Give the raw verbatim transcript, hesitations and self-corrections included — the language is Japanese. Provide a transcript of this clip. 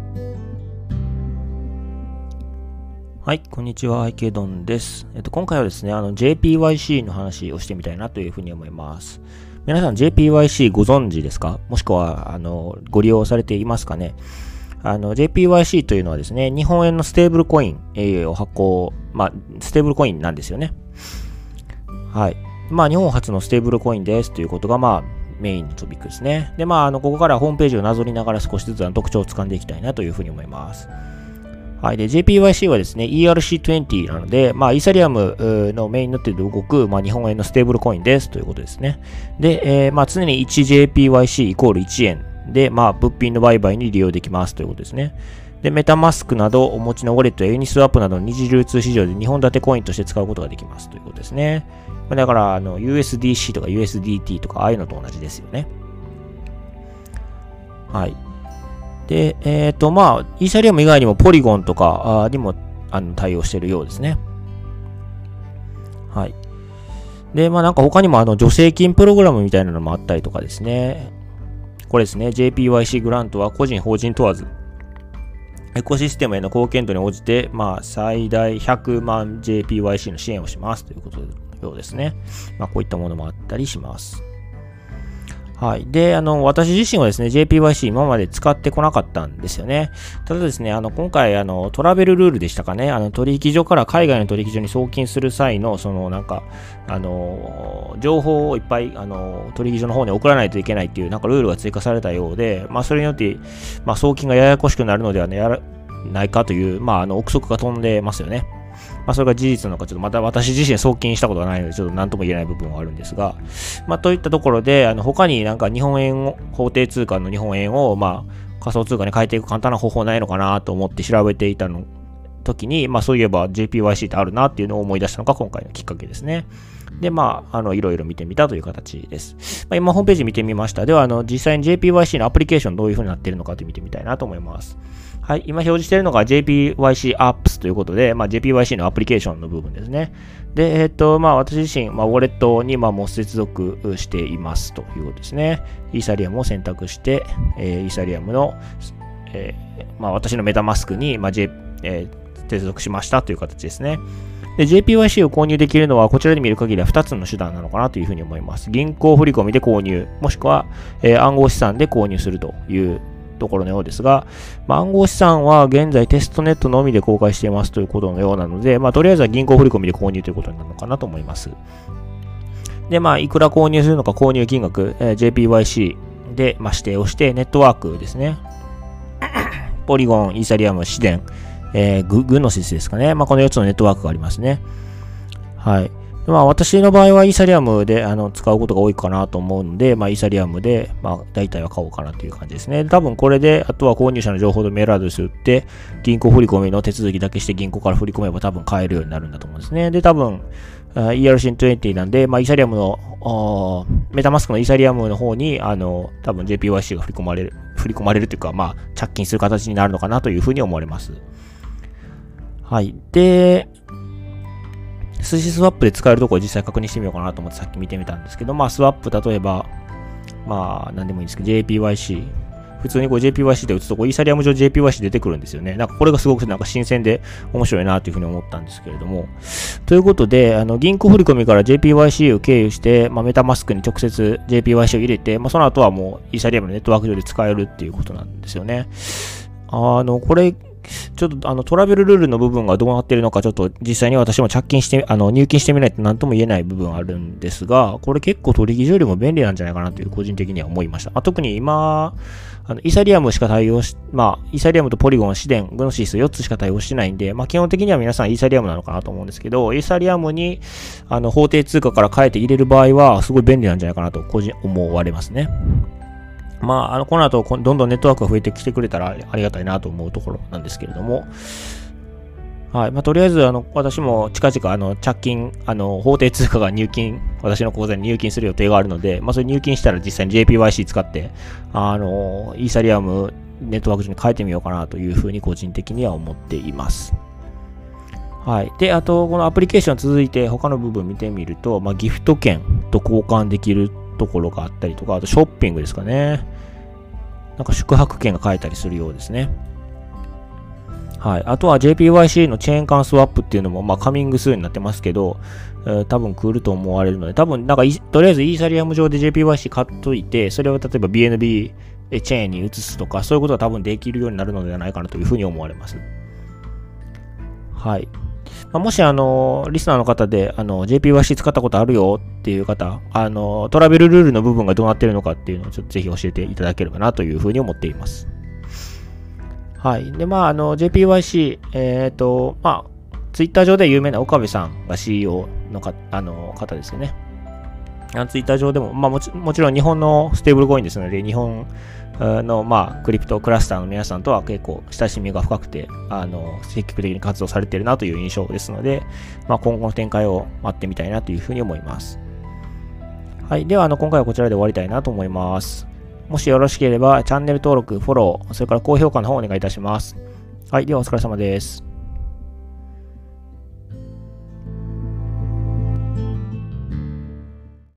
はい、こんにちは、アイケードンです。えっと、今回はですね、あの ジェーピーワイシー の話をしてみたいなというふうに思います。皆さん ジェーピーワイシー ご存知ですか？もしくは、あの、ご利用されていますかね？あの、ジェーピーワイシー というのはですね、日本円のステーブルコインを発行、まあ、ステーブルコインなんですよね。はい。まあ、日本初のステーブルコインですということが、まあ、メインのトピックですね。で、まあ、あの、ここからホームページをなぞりながら少しずつ特徴をつかんでいきたいなというふうに思います。はい。で、ジェーピーワイシー はですね、イーアールシーにじゅう なので、まあ、イーサリアムのメインになって動く、まあ、日本円のステーブルコインですということですね。で、えー、まあ、常に いちジェーピーワイシー イコールいちえんで、まあ、物品の売買に利用できますということですね。で、メタマスクなどお持ちのウォレットやユニスワップなどの二次流通市場でにほん立てコインとして使うことができますということですね。だから、あの、ユーエスディーシー とか ユーエスディーティー とか、ああいうのと同じですよね。はい。で、えっと、まあ、イーサリアム以外にもポリゴンとかにもあの対応しているようですね。はい。で、まあなんか他にもあの助成金プログラムみたいなのもあったりとかですね。これですね、ジェーピーワイシー グラントは個人、法人問わず、エコシステムへの貢献度に応じて、まあ最大ひゃくまん ジェーピーワイシー の支援をしますということのようですね。まあこういったものもあったりします。はい。で、あの、私自身はですね、ジェーピーワイシー 今まで使ってこなかったんですよね。ただですね、あの、今回、あの、トラベルルールでしたかね、あの、取引所から海外の取引所に送金する際の、その、なんか、あの、情報をいっぱい、あの、取引所の方に送らないといけないっていう、なんかルールが追加されたようで、まあ、それによって、まあ、送金がややこしくなるのではないかという、まあ、あの、憶測が飛んでますよね。まあ、それが事実なのか、ちょっとまた私自身送金したことがないので、ちょっと何とも言えない部分はあるんですが、まあ、といったところで、あの、他になんか日本円を、法定通貨の日本円を、まあ、仮想通貨に変えていく簡単な方法ないのかなと思って調べていたの、時に、まあ、そういえば ジェーピーワイシー ってあるなっていうのを思い出したのが今回のきっかけですね。で、まあ、あの、いろいろ見てみたという形です。まあ、今、ホームページ見てみました。では、あの、実際に ジェーピーワイシー のアプリケーションどういう風になっているのかと見てみたいなと思います。はい、今表示しているのが ジェーピーワイシー Apps ということで、まあ、ジェーピーワイシー のアプリケーションの部分ですね。で、えっと、まあ、私自身、まあ、ウォレットに、まあ、もう接続していますということですね。イーサリアムを選択して、えー、イーサリアムの、えー、まあ、私のメタマスクに、まあ、J、えー、接続しましたという形ですね。で、ジェーピーワイシー を購入できるのは、こちらで見る限りはふたつの手段なのかなというふうに思います。銀行振込で購入、もしくは、えー、暗号資産で購入するというところのようですが、まあ、暗号資産は現在テストネットのみで公開していますということのようなので、まあ、とりあえずは銀行振込で購入ということになるのかなと思います。で、まあ、いくら購入するのか購入金額、えー、ジェーピーワイシー で、まあ、指定をして、ネットワークですね。ポリゴン、イーサリアム、シデン、えー、グ、グノシスですかね。まあ、このよっつのネットワークがありますね。はい。まあ、私の場合はイーサリアムであの使うことが多いかなと思うので、まあ、イーサリアムで、まあ、大体は買おうかなという感じですね。多分これで、あとは購入者の情報とメールアドレスを打って、銀行振込の手続きだけして銀行から振り込めば多分買えるようになるんだと思うんですね。で、多分、イーアールシーにじゅう なんで、まあ、イーサリアムの、メタマスクのイーサリアムの方に、あの、多分 ジェーピーワイシー が振り込まれる、振り込まれるというか、まあ、着金する形になるのかなというふうに思われます。はい。で、寿司スワップで使えるところを実際確認してみようかなと思ってさっき見てみたんですけど、まあスワップ例えば、まあ何でもいいんですけど、ジェーピーワイシー。普通にこう ジェーピーワイシー で打つとこうイーサリアム上 ジェーピーワイシー 出てくるんですよね。なんかこれがすごくなんか新鮮で面白いなというふうに思ったんですけれども。ということで、あの銀行振込から ジェーピーワイシー を経由して、まあ、メタマスクに直接 ジェーピーワイシー を入れて、まあその後はもうイーサリアムのネットワーク上で使えるっていうことなんですよね。あの、これ、ちょっとあのトラベルルールの部分がどうなっているのか、ちょっと実際に私も着金して、あの入金してみないと何とも言えない部分あるんですが、これ結構取引所よりも便利なんじゃないかなという個人的には思いました。まあ、特に今、あのイーサリアムしか対応し、まあ、イーサリアムとポリゴン、シデン、グノシスよっつしか対応してないんで、まあ、基本的には皆さんイーサリアムなのかなと思うんですけど、イーサリアムにあの法定通貨から変えて入れる場合は、すごい便利なんじゃないかなと個人思われますね。まあ、あの、この後、どんどんネットワークが増えてきてくれたらありがたいなと思うところなんですけれども、はい。まあ、とりあえず、あの、私も近々、あの、着金、あの、法定通貨が入金、私の口座に入金する予定があるので、まあ、それ入金したら実際に ジェーピーワイシー 使って、あの、イーサリアムネットワーク上に変えてみようかなというふうに個人的には思っています。はい。で、あと、このアプリケーション続いて他の部分見てみると、まあ、ギフト券と交換できるところがあったりとか、あとショッピングですかね。なんか宿泊券が買えたりするようですね。 はい。あとは ジェーピーワイシー のチェーン間スワップっていうのも、まあ、カミングスーンになってますけど、えー、多分来ると思われるので、多分、なんか、とりあえずイーサリアム上で ジェーピーワイシー 買っといて、それを例えば ビーエヌビー チェーンに移すとか、そういうことが多分できるようになるのではないかなというふうに思われます。はい。まあ、もし、あの、リスナーの方で、あの、ジェーピーワイシー 使ったことあるよっていう方、あの、トラベルルールの部分がどうなってるのかっていうのをちょっとぜひ教えていただければなというふうに思っています。はい。で、まあ、あの、ジェーピーワイシー、えっと、まあ、ツイッター上で有名な岡部さんが シーイーオー のか、あの、方ですよね。あのツイッター上でも、まあもち、もちろん日本のステーブルコインですので、日本の、まあ、クリプトクラスターの皆さんとは結構親しみが深くて、あの、積極的に活動されているなという印象ですので、まあ、今後の展開を待ってみたいなというふうに思います。はい。では、あの、今回はこちらで終わりたいなと思います。もしよろしければ、チャンネル登録、フォロー、それから高評価の方をお願いいたします。はい。では、お疲れ様です。